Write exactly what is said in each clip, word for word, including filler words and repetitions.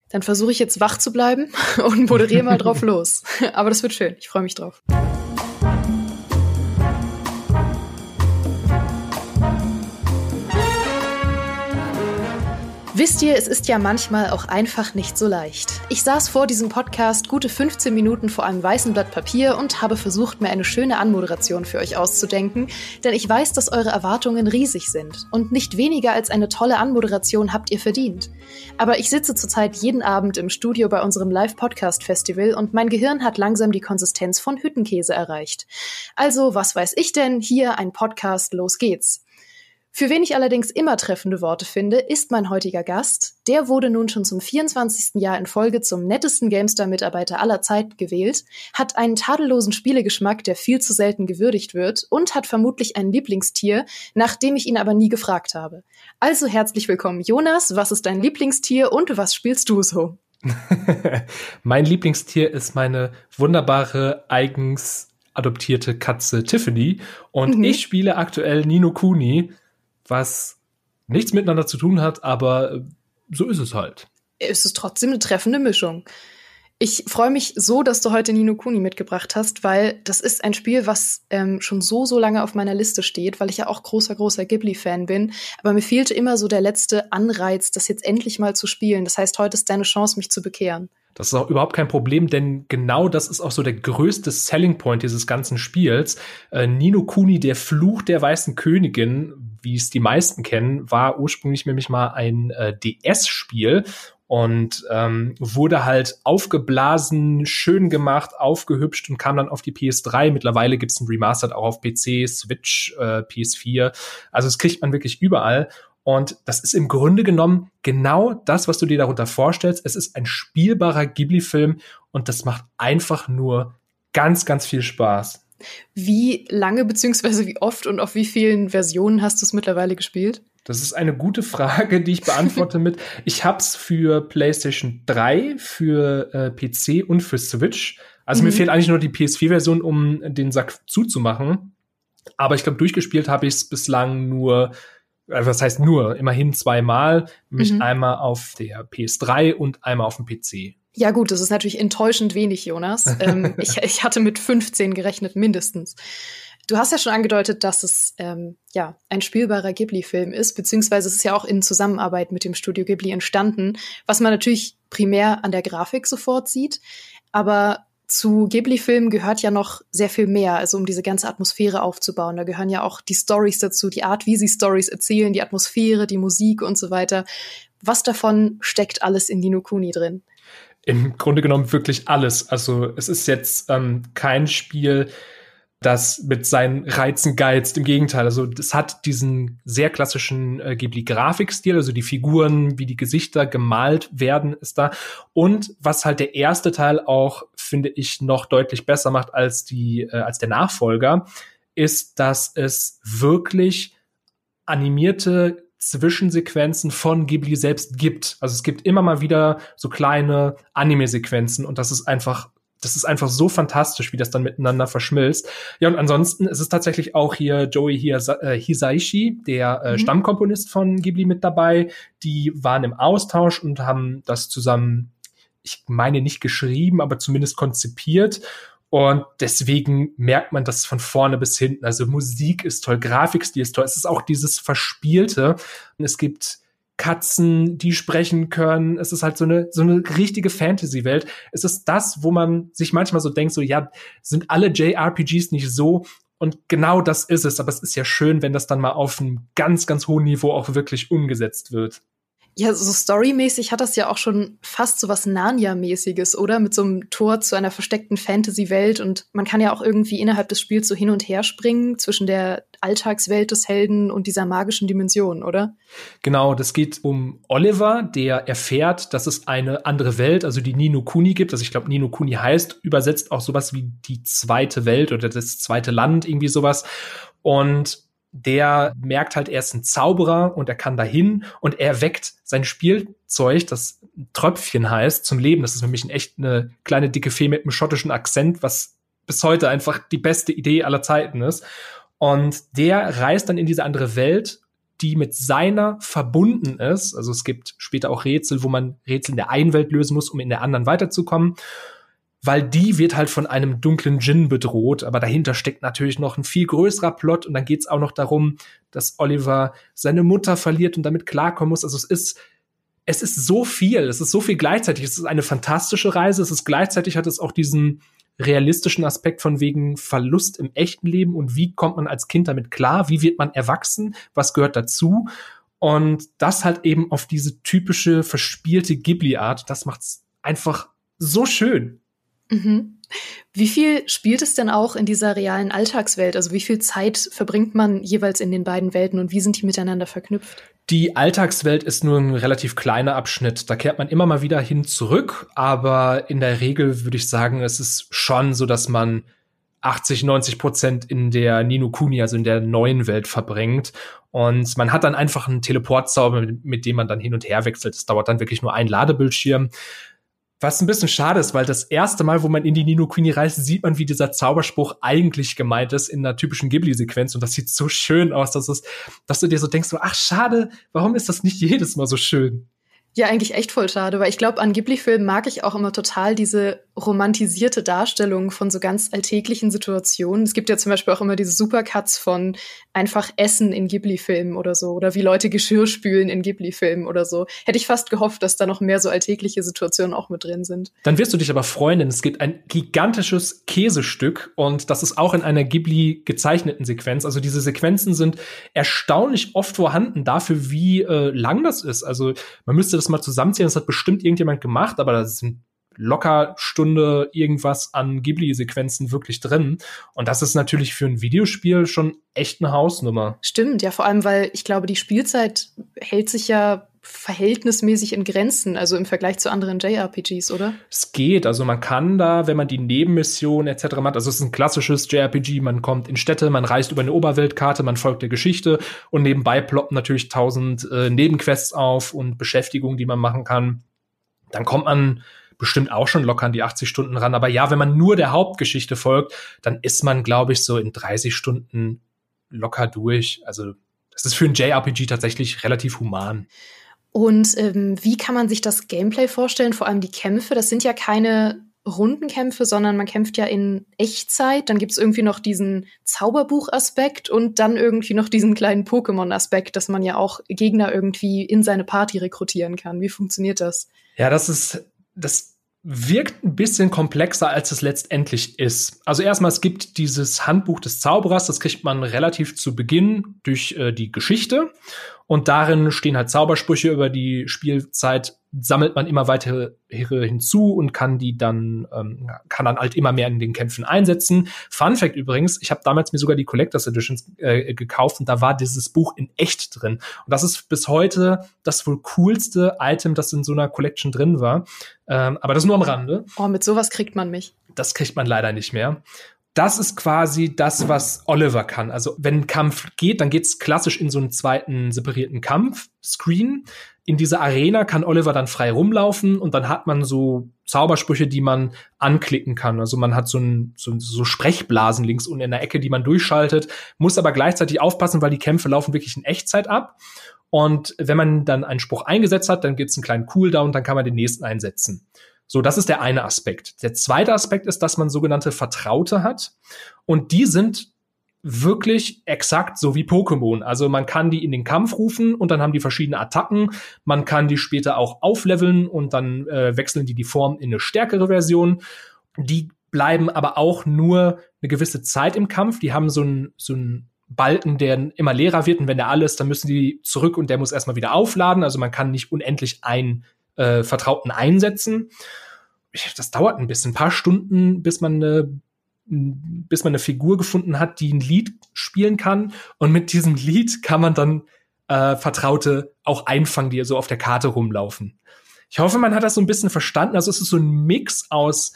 Dann versuche ich jetzt wach zu bleiben und moderiere mal drauf los. Aber das wird schön. Ich freue mich drauf. Wisst ihr, es ist ja manchmal auch einfach nicht so leicht. Ich saß vor diesem Podcast gute fünfzehn Minuten vor einem weißen Blatt Papier und habe versucht, mir eine schöne Anmoderation für euch auszudenken, denn ich weiß, dass eure Erwartungen riesig sind und nicht weniger als eine tolle Anmoderation habt ihr verdient. Aber ich sitze zurzeit jeden Abend im Studio bei unserem Live-Podcast-Festival und mein Gehirn hat langsam die Konsistenz von Hüttenkäse erreicht. Also, was weiß ich denn? Hier ein Podcast, los geht's. Für wen ich allerdings immer treffende Worte finde, ist mein heutiger Gast. Der wurde nun schon zum vierundzwanzigsten Jahr in Folge zum nettesten GameStar-Mitarbeiter aller Zeiten gewählt, hat einen tadellosen Spielegeschmack, der viel zu selten gewürdigt wird und hat vermutlich ein Lieblingstier, nach dem ich ihn aber nie gefragt habe. Also herzlich willkommen, Jonas. Was ist dein Lieblingstier und was spielst du so? Mein Lieblingstier ist meine wunderbare, eigens adoptierte Katze Tiffany und mhm. ich spiele aktuell Ni no Kuni, was nichts miteinander zu tun hat, aber so ist es halt. Es ist trotzdem eine treffende Mischung. Ich freue mich so, dass du heute Ni no Kuni mitgebracht hast, weil das ist ein Spiel, was ähm, schon so, so lange auf meiner Liste steht, weil ich ja auch großer, großer Ghibli-Fan bin. Aber mir fehlte immer so der letzte Anreiz, das jetzt endlich mal zu spielen. Das heißt, heute ist deine Chance, mich zu bekehren. Das ist auch überhaupt kein Problem, denn genau das ist auch so der größte Selling Point dieses ganzen Spiels. Äh, Ni no Kuni, der Fluch der weißen Königin, wie es die meisten kennen, war ursprünglich nämlich mal ein äh, D S-Spiel und ähm, wurde halt aufgeblasen, schön gemacht, aufgehübscht und kam dann auf die P S drei. Mittlerweile gibt's ein Remastered auch auf P C, Switch, äh, P S vier. Also das kriegt man wirklich überall. Und das ist im Grunde genommen genau das, was du dir darunter vorstellst. Es ist ein spielbarer Ghibli-Film und das macht einfach nur ganz, ganz viel Spaß. Wie lange beziehungsweise wie oft und auf wie vielen Versionen hast du es mittlerweile gespielt? Das ist eine gute Frage, die ich beantworte mit. Ich hab's für PlayStation drei, für äh, P C und für Switch. Also mhm. mir fehlt eigentlich nur die P S vier Version, um den Sack zuzumachen. Aber ich glaube, durchgespielt habe ich es bislang nur was heißt nur, immerhin zweimal, nämlich mhm. einmal auf der P S drei und einmal auf dem P C. Ja gut, das ist natürlich enttäuschend wenig, Jonas. ähm, ich, ich hatte mit fünfzehn gerechnet, mindestens. Du hast ja schon angedeutet, dass es ähm, ja ein spielbarer Ghibli-Film ist, beziehungsweise es ist ja auch in Zusammenarbeit mit dem Studio Ghibli entstanden, was man natürlich primär an der Grafik sofort sieht, aber zu Ghibli-Filmen gehört ja noch sehr viel mehr, also um diese ganze Atmosphäre aufzubauen. Da gehören ja auch die Storys dazu, die Art, wie sie Storys erzählen, die Atmosphäre, die Musik und so weiter. Was davon steckt alles in Ni no Kuni drin? Im Grunde genommen wirklich alles. Also es ist jetzt ähm, kein Spiel, das mit seinen Reizen geizt. Im Gegenteil, also das hat diesen sehr klassischen äh, Ghibli-Grafikstil, also die Figuren, wie die Gesichter gemalt werden, ist da. Und was halt der erste Teil auch, finde ich, noch deutlich besser macht als die äh, als der Nachfolger, ist, dass es wirklich animierte Zwischensequenzen von Ghibli selbst gibt. Also es gibt immer mal wieder so kleine Anime-Sequenzen und das ist einfach Das ist einfach so fantastisch, wie das dann miteinander verschmilzt. Ja, und ansonsten ist es tatsächlich auch hier Joey Hisa- äh, Hisaishi, der äh, mhm. Stammkomponist von Ghibli, mit dabei. Die waren im Austausch und haben das zusammen, ich meine, nicht geschrieben, aber zumindest konzipiert. Und deswegen merkt man das von vorne bis hinten. Also Musik ist toll, Grafikstil ist toll. Es ist auch dieses Verspielte. Und es gibt Katzen, die sprechen können. Es ist halt so eine so eine richtige Fantasy-Welt. Es ist das, wo man sich manchmal so denkt, so ja, sind alle J R P Gs nicht so? Und genau das ist es. Aber es ist ja schön, wenn das dann mal auf einem ganz, ganz hohen Niveau auch wirklich umgesetzt wird. Ja, so storymäßig hat das ja auch schon fast so was Narnia-mäßiges, oder? Mit so einem Tor zu einer versteckten Fantasy-Welt. Und man kann ja auch irgendwie innerhalb des Spiels so hin und her springen zwischen der Alltagswelt des Helden und dieser magischen Dimension, oder? Genau, das geht um Oliver, der erfährt, dass es eine andere Welt, also die Ni no Kuni gibt. Also ich glaube, Ni no Kuni heißt übersetzt auch sowas wie die zweite Welt oder das zweite Land, irgendwie sowas. Und der merkt halt, er ist ein Zauberer und er kann dahin und er weckt sein Spielzeug, das Tröpfchen heißt, zum Leben. Das ist nämlich ein echt eine kleine dicke Fee mit einem schottischen Akzent, was bis heute einfach die beste Idee aller Zeiten ist. Und der reist dann in diese andere Welt, die mit seiner verbunden ist. Also es gibt später auch Rätsel, wo man Rätsel in der einen Welt lösen muss, um in der anderen weiterzukommen. Weil die wird halt von einem dunklen Djinn bedroht, aber dahinter steckt natürlich noch ein viel größerer Plot und dann geht's auch noch darum, dass Oliver seine Mutter verliert und damit klarkommen muss. Also es ist, es ist so viel, es ist so viel gleichzeitig. Es ist eine fantastische Reise, es ist gleichzeitig hat es auch diesen realistischen Aspekt von wegen Verlust im echten Leben und wie kommt man als Kind damit klar, wie wird man erwachsen, was gehört dazu und das halt eben auf diese typische verspielte Ghibli-Art, das macht's einfach so schön. Mhm. Wie viel spielt es denn auch in dieser realen Alltagswelt? Also wie viel Zeit verbringt man jeweils in den beiden Welten und wie sind die miteinander verknüpft? Die Alltagswelt ist nur ein relativ kleiner Abschnitt. Da kehrt man immer mal wieder hin zurück, aber in der Regel würde ich sagen, es ist schon so, dass man achtzig, neunzig Prozent in der Ni no Kuni, also in der neuen Welt verbringt. Und man hat dann einfach einen Teleportzauber, mit dem man dann hin und her wechselt. Es dauert dann wirklich nur ein Ladebildschirm. Was ein bisschen schade ist, weil das erste Mal, wo man in die Ni no Kuni reist, sieht man, wie dieser Zauberspruch eigentlich gemeint ist in einer typischen Ghibli-Sequenz. Und das sieht so schön aus, dass, es, dass du dir so denkst, so, ach schade, warum ist das nicht jedes Mal so schön? Ja, eigentlich echt voll schade, weil ich glaube, an Ghibli-Filmen mag ich auch immer total diese romantisierte Darstellung von so ganz alltäglichen Situationen. Es gibt ja zum Beispiel auch immer diese Supercuts von einfach Essen in Ghibli-Filmen oder so oder wie Leute Geschirr spülen in Ghibli-Filmen oder so. Hätte ich fast gehofft, dass da noch mehr so alltägliche Situationen auch mit drin sind. Dann wirst du dich aber freuen, denn es gibt ein gigantisches Käsestück und das ist auch in einer Ghibli gezeichneten Sequenz. Also diese Sequenzen sind erstaunlich oft vorhanden dafür, wie äh, lang das ist. Also man müsste das mal zusammenzählen, das hat bestimmt irgendjemand gemacht, aber das sind locker Stunde irgendwas an Ghibli-Sequenzen wirklich drin. Und das ist natürlich für ein Videospiel schon echt eine Hausnummer. Stimmt, ja, vor allem, weil ich glaube, die Spielzeit hält sich ja verhältnismäßig in Grenzen, also im Vergleich zu anderen J R P Gs, oder? Es geht, also man kann da, wenn man die Nebenmission et cetera macht, also es ist ein klassisches J R P G, man kommt in Städte, man reist über eine Oberweltkarte, man folgt der Geschichte und nebenbei ploppen natürlich tausend äh, Nebenquests auf und Beschäftigungen, die man machen kann. Dann kommt man bestimmt auch schon locker an die achtzig Stunden ran, aber ja, wenn man nur der Hauptgeschichte folgt, dann ist man, glaube ich, so in dreißig Stunden locker durch. Also das ist für ein J R P G tatsächlich relativ human. Und ähm, wie kann man sich das Gameplay vorstellen? Vor allem die Kämpfe, das sind ja keine Rundenkämpfe, sondern man kämpft ja in Echtzeit. Dann gibt's irgendwie noch diesen Zauberbuch-Aspekt und dann irgendwie noch diesen kleinen Pokémon-Aspekt, dass man ja auch Gegner irgendwie in seine Party rekrutieren kann. Wie funktioniert das? Ja, das ist, das wirkt ein bisschen komplexer, als es letztendlich ist. Also erstmal, es gibt dieses Handbuch des Zauberers, das kriegt man relativ zu Beginn durch äh, die Geschichte. Und darin stehen halt Zaubersprüche über die Spielzeit, sammelt man immer weiter hinzu und kann die dann, ähm, kann dann halt immer mehr in den Kämpfen einsetzen. Fun Fact übrigens, ich habe damals mir sogar die Collectors Editions äh, gekauft und da war dieses Buch in echt drin. Und das ist bis heute das wohl coolste Item, das in so einer Collection drin war. Ähm, aber das nur am Rande. Oh, mit sowas kriegt man mich. Das kriegt man leider nicht mehr. Das ist quasi das, was Oliver kann. Also wenn ein Kampf geht, dann geht's klassisch in so einen zweiten separierten Kampfscreen. In dieser Arena kann Oliver dann frei rumlaufen und dann hat man so Zaubersprüche, die man anklicken kann. Also man hat so, ein, so, so Sprechblasen links unten in der Ecke, die man durchschaltet, muss aber gleichzeitig aufpassen, weil die Kämpfe laufen wirklich in Echtzeit ab. Und wenn man dann einen Spruch eingesetzt hat, dann gibt's einen kleinen Cooldown, dann kann man den nächsten einsetzen. So, das ist der eine Aspekt. Der zweite Aspekt ist, dass man sogenannte Vertraute hat. Und die sind wirklich exakt so wie Pokémon. Also man kann die in den Kampf rufen und dann haben die verschiedene Attacken. Man kann die später auch aufleveln und dann äh, wechseln die die Form in eine stärkere Version. Die bleiben aber auch nur eine gewisse Zeit im Kampf. Die haben so einen so einen Balken, der immer leerer wird. Und wenn der alle ist, dann müssen die zurück und der muss erstmal wieder aufladen. Also man kann nicht unendlich ein Äh, Vertrauten einsetzen. Das dauert ein bisschen, ein paar Stunden, bis man eine, bis man eine Figur gefunden hat, die ein Lied spielen kann. Und mit diesem Lied kann man dann äh, Vertraute auch einfangen, die so auf der Karte rumlaufen. Ich hoffe, man hat das so ein bisschen verstanden. Also es ist so ein Mix aus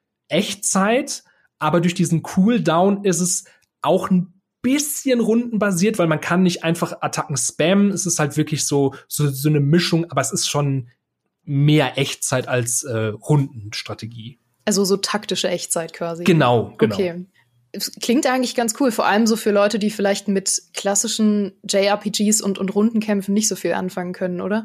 Echtzeit, aber durch diesen Cooldown ist es auch ein bisschen rundenbasiert, weil man kann nicht einfach Attacken spammen. Es ist halt wirklich so, so, so eine Mischung, aber es ist schon mehr Echtzeit als äh, Rundenstrategie. Also so taktische Echtzeit quasi. Genau, genau. Okay. Es klingt eigentlich ganz cool, vor allem so für Leute, die vielleicht mit klassischen J R P Gs und, und Rundenkämpfen nicht so viel anfangen können, oder?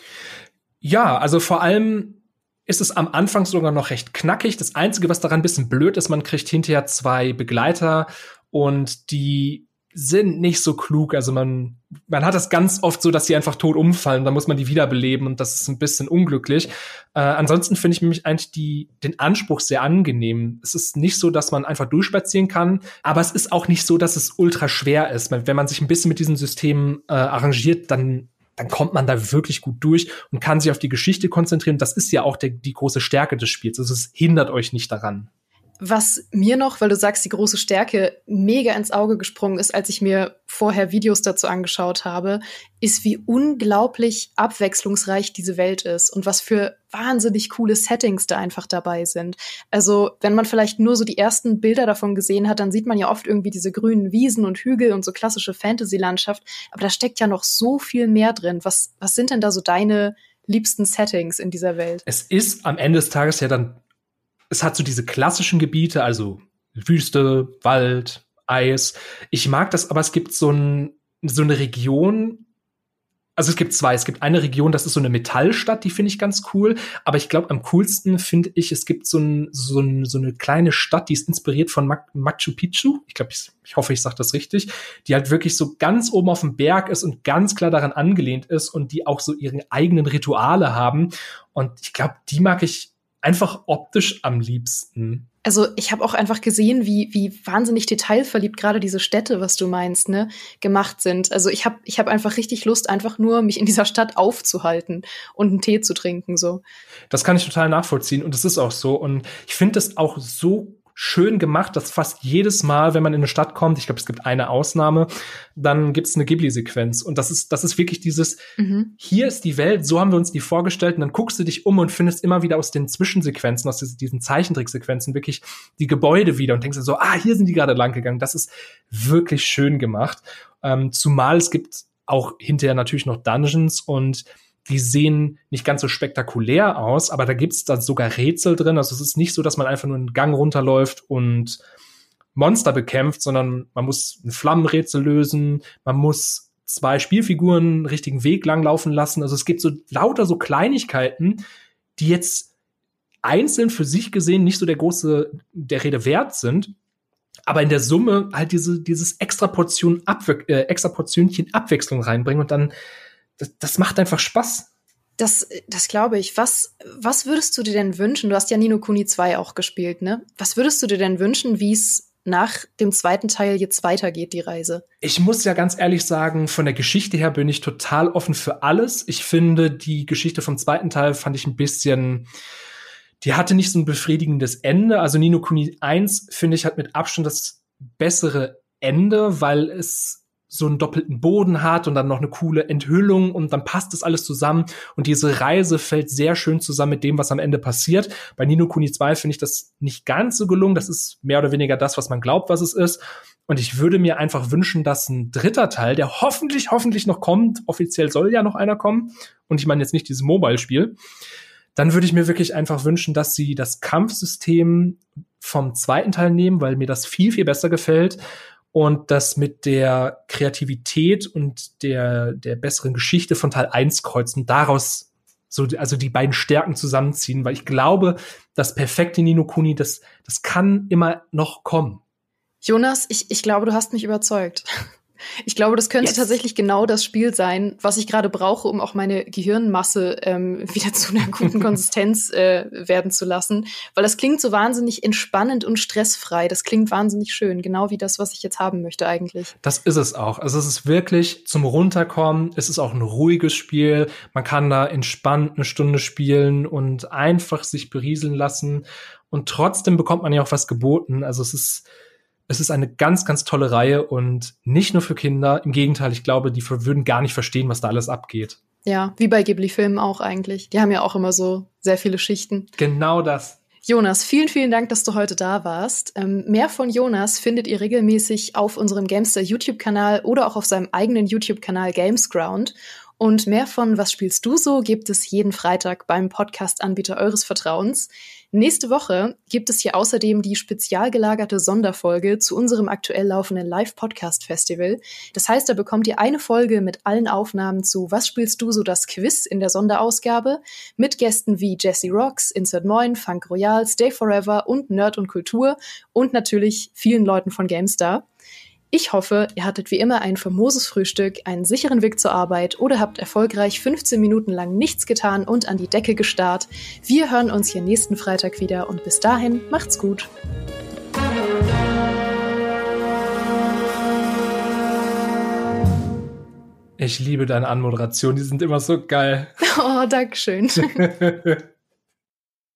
Ja, also vor allem ist es am Anfang sogar noch recht knackig. Das Einzige, was daran ein bisschen blöd ist, man kriegt hinterher zwei Begleiter und die sind nicht so klug. Also man, man hat das ganz oft so, dass sie einfach tot umfallen. Dann muss man die wiederbeleben und das ist ein bisschen unglücklich. Äh, ansonsten finde ich nämlich eigentlich die, den Anspruch sehr angenehm. Es ist nicht so, dass man einfach durchspazieren kann, aber es ist auch nicht so, dass es ultra schwer ist. Wenn man sich ein bisschen mit diesem System äh, arrangiert, dann dann kommt man da wirklich gut durch und kann sich auf die Geschichte konzentrieren. Das ist ja auch der, die große Stärke des Spiels. Also es hindert euch nicht daran. Was mir noch, weil du sagst, die große Stärke, mega ins Auge gesprungen ist, als ich mir vorher Videos dazu angeschaut habe, ist, wie unglaublich abwechslungsreich diese Welt ist und was für wahnsinnig coole Settings da einfach dabei sind. Also, wenn man vielleicht nur so die ersten Bilder davon gesehen hat, dann sieht man ja oft irgendwie diese grünen Wiesen und Hügel und so klassische Fantasy-Landschaft. Aber da steckt ja noch so viel mehr drin. Was, was sind denn da so deine liebsten Settings in dieser Welt? Es ist am Ende des Tages ja dann Es hat so diese klassischen Gebiete, also Wüste, Wald, Eis. Ich mag das, aber es gibt so, ein, so eine Region, also es gibt zwei. Es gibt eine Region, das ist so eine Metallstadt, die finde ich ganz cool. Aber ich glaube, am coolsten finde ich, es gibt so, ein, so, ein, so eine kleine Stadt, die ist inspiriert von Machu Picchu. Ich glaube, ich, ich hoffe, ich sage das richtig. Die halt wirklich so ganz oben auf dem Berg ist und ganz klar daran angelehnt ist und die auch so ihre eigenen Rituale haben. Und ich glaube, die mag ich einfach optisch am liebsten. Also ich habe auch einfach gesehen, wie wie wahnsinnig detailverliebt gerade diese Städte, was du meinst, ne, gemacht sind. Also ich habe ich habe einfach richtig Lust, einfach nur mich in dieser Stadt aufzuhalten und einen Tee zu trinken, so. Das kann ich total nachvollziehen und das ist auch so. Und ich finde das auch so schön gemacht, dass fast jedes Mal, wenn man in eine Stadt kommt, ich glaube, es gibt eine Ausnahme, dann gibt es eine Ghibli-Sequenz. Und das ist, das ist wirklich dieses, mhm. Hier ist die Welt, so haben wir uns die vorgestellt. Und dann guckst du dich um und findest immer wieder aus den Zwischensequenzen, aus diesen Zeichentricksequenzen wirklich die Gebäude wieder und denkst dir so, ah, hier sind die gerade lang gegangen. Das ist wirklich schön gemacht. Ähm, zumal es gibt auch hinterher natürlich noch Dungeons und die sehen nicht ganz so spektakulär aus, aber da gibt's dann sogar Rätsel drin. Also es ist nicht so, dass man einfach nur einen Gang runterläuft und Monster bekämpft, sondern man muss ein Flammenrätsel lösen, man muss zwei Spielfiguren einen richtigen Weg langlaufen lassen. Also es gibt so lauter so Kleinigkeiten, die jetzt einzeln für sich gesehen nicht so der große, der Rede wert sind, aber in der Summe halt diese, dieses extra Portion Abwe- äh, extra Portionchen Abwechslung reinbringen und dann Das, das macht einfach Spaß. Das, das glaube ich. Was, was würdest du dir denn wünschen? Du hast ja Ni no Kuni zwei auch gespielt, ne? Was würdest du dir denn wünschen, wie es nach dem zweiten Teil jetzt weitergeht, die Reise? Ich muss ja ganz ehrlich sagen, von der Geschichte her bin ich total offen für alles. Ich finde, die Geschichte vom zweiten Teil fand ich ein bisschen, die hatte nicht so ein befriedigendes Ende. Also Ni no Kuni eins, finde ich, hat mit Abstand das bessere Ende, weil es so einen doppelten Boden hat und dann noch eine coole Enthüllung und dann passt das alles zusammen und diese Reise fällt sehr schön zusammen mit dem, was am Ende passiert. Bei Ni no Kuni zwei finde ich das nicht ganz so gelungen. Das ist mehr oder weniger das, was man glaubt, was es ist. Und ich würde mir einfach wünschen, dass ein dritter Teil, der hoffentlich, hoffentlich noch kommt, offiziell soll ja noch einer kommen, und ich meine jetzt nicht dieses Mobile-Spiel, dann würde ich mir wirklich einfach wünschen, dass sie das Kampfsystem vom zweiten Teil nehmen, weil mir das viel, viel besser gefällt. Und das mit der Kreativität und der, der besseren Geschichte von Teil eins kreuzen, daraus so, also die beiden Stärken zusammenziehen, weil ich glaube, das perfekte Ni no Kuni, das, das kann immer noch kommen. Jonas, ich, ich glaube, du hast mich überzeugt. Ich glaube, das könnte yes. tatsächlich genau das Spiel sein, was ich gerade brauche, um auch meine Gehirnmasse ähm, wieder zu einer guten Konsistenz äh, werden zu lassen. Weil das klingt so wahnsinnig entspannend und stressfrei. Das klingt wahnsinnig schön. Genau wie das, was ich jetzt haben möchte eigentlich. Das ist es auch. Also es ist wirklich zum Runterkommen. Es ist auch ein ruhiges Spiel. Man kann da entspannt eine Stunde spielen und einfach sich berieseln lassen. Und trotzdem bekommt man ja auch was geboten. Also es ist Es ist eine ganz, ganz tolle Reihe und nicht nur für Kinder. Im Gegenteil, ich glaube, die würden gar nicht verstehen, was da alles abgeht. Ja, wie bei Ghibli-Filmen auch eigentlich. Die haben ja auch immer so sehr viele Schichten. Genau das. Jonas, vielen, vielen Dank, dass du heute da warst. Ähm, mehr von Jonas findet ihr regelmäßig auf unserem Gamester YouTube-Kanal oder auch auf seinem eigenen YouTube-Kanal Gamesground. Und mehr von Was spielst du so gibt es jeden Freitag beim Podcast-Anbieter eures Vertrauens. Nächste Woche gibt es hier außerdem die spezial gelagerte Sonderfolge zu unserem aktuell laufenden Live-Podcast-Festival. Das heißt, da bekommt ihr eine Folge mit allen Aufnahmen zu Was spielst du so, das Quiz in der Sonderausgabe mit Gästen wie Jessie Rocks, Insert Moin, Funk Royal, Stay Forever und Nerd und Kultur und natürlich vielen Leuten von GameStar. Ich hoffe, ihr hattet wie immer ein famoses Frühstück, einen sicheren Weg zur Arbeit oder habt erfolgreich fünfzehn Minuten lang nichts getan und an die Decke gestarrt. Wir hören uns hier nächsten Freitag wieder und bis dahin macht's gut. Ich liebe deine Anmoderation, die sind immer so geil. Oh, Dankeschön.